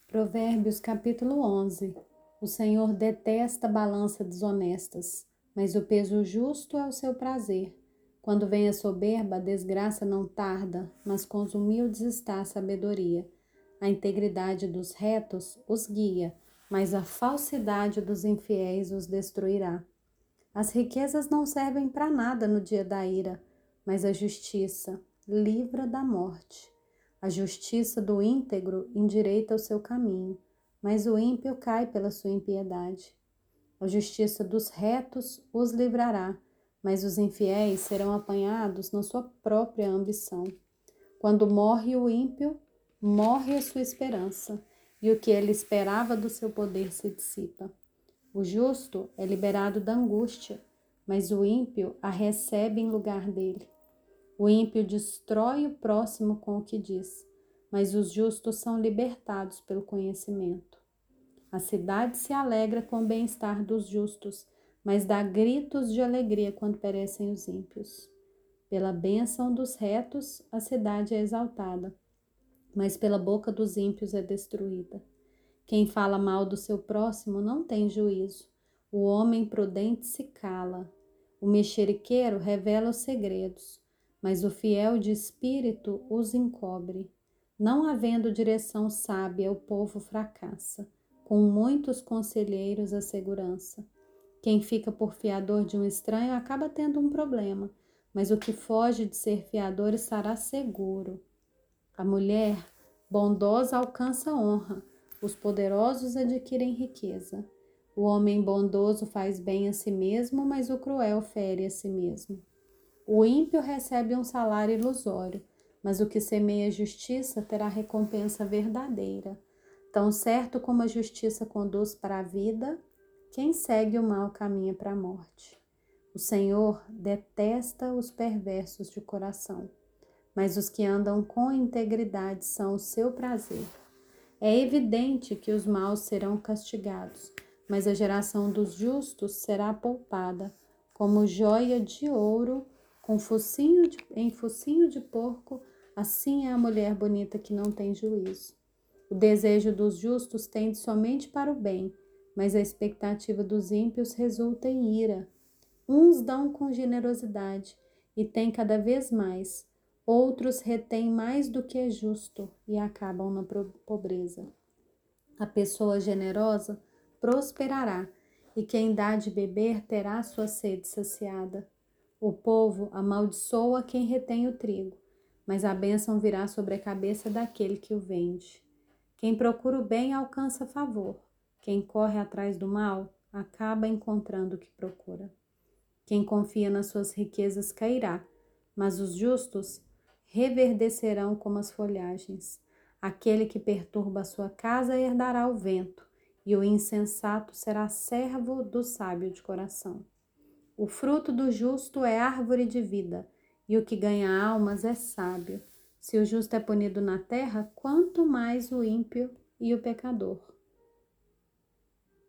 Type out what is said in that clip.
Provérbios capítulo 11. O Senhor detesta a balança desonestas, mas o peso justo é o seu prazer. Quando vem a soberba, a desgraça não tarda, mas com os humildes está a sabedoria. A integridade dos retos os guia, mas a falsidade dos infiéis os destruirá. As riquezas não servem para nada no dia da ira, mas a justiça livra da morte. A justiça do íntegro endireita o seu caminho, mas o ímpio cai pela sua impiedade. A justiça dos retos os livrará, mas os infiéis serão apanhados na sua própria ambição. Quando morre o ímpio, morre a sua esperança, e o que ele esperava do seu poder se dissipa. O justo é liberado da angústia, mas o ímpio a recebe em lugar dele. O ímpio destrói o próximo com o que diz, mas os justos são libertados pelo conhecimento. A cidade se alegra com o bem-estar dos justos, mas dá gritos de alegria quando perecem os ímpios. Pela bênção dos retos, a cidade é exaltada, mas pela boca dos ímpios é destruída. Quem fala mal do seu próximo não tem juízo. O homem prudente se cala. O mexeriqueiro revela os segredos, mas o fiel de espírito os encobre. Não havendo direção sábia, o povo fracassa. Com muitos conselheiros a segurança. Quem fica por fiador de um estranho acaba tendo um problema, mas o que foge de ser fiador estará seguro. A mulher bondosa alcança honra, os poderosos adquirem riqueza. O homem bondoso faz bem a si mesmo, mas o cruel fere a si mesmo. O ímpio recebe um salário ilusório, mas o que semeia justiça terá recompensa verdadeira. Tão certo como a justiça conduz para a vida, quem segue o mal caminha para a morte. O Senhor detesta os perversos de coração, mas os que andam com integridade são o seu prazer. É evidente que os maus serão castigados, mas a geração dos justos será poupada, como joia de ouro em focinho de porco, assim é a mulher bonita que não tem juízo. O desejo dos justos tende somente para o bem, mas a expectativa dos ímpios resulta em ira. Uns dão com generosidade e têm cada vez mais, outros retêm mais do que é justo e acabam na pobreza. A pessoa generosa prosperará, e quem dá de beber terá sua sede saciada. O povo amaldiçoa quem retém o trigo, mas a bênção virá sobre a cabeça daquele que o vende. Quem procura o bem alcança favor, quem corre atrás do mal acaba encontrando o que procura. Quem confia nas suas riquezas cairá, mas os justos reverdecerão como as folhagens. Aquele que perturba a sua casa herdará o vento, e o insensato será servo do sábio de coração. O fruto do justo é árvore de vida, e o que ganha almas é sábio. Se o justo é punido na terra, quanto mais o ímpio e o pecador.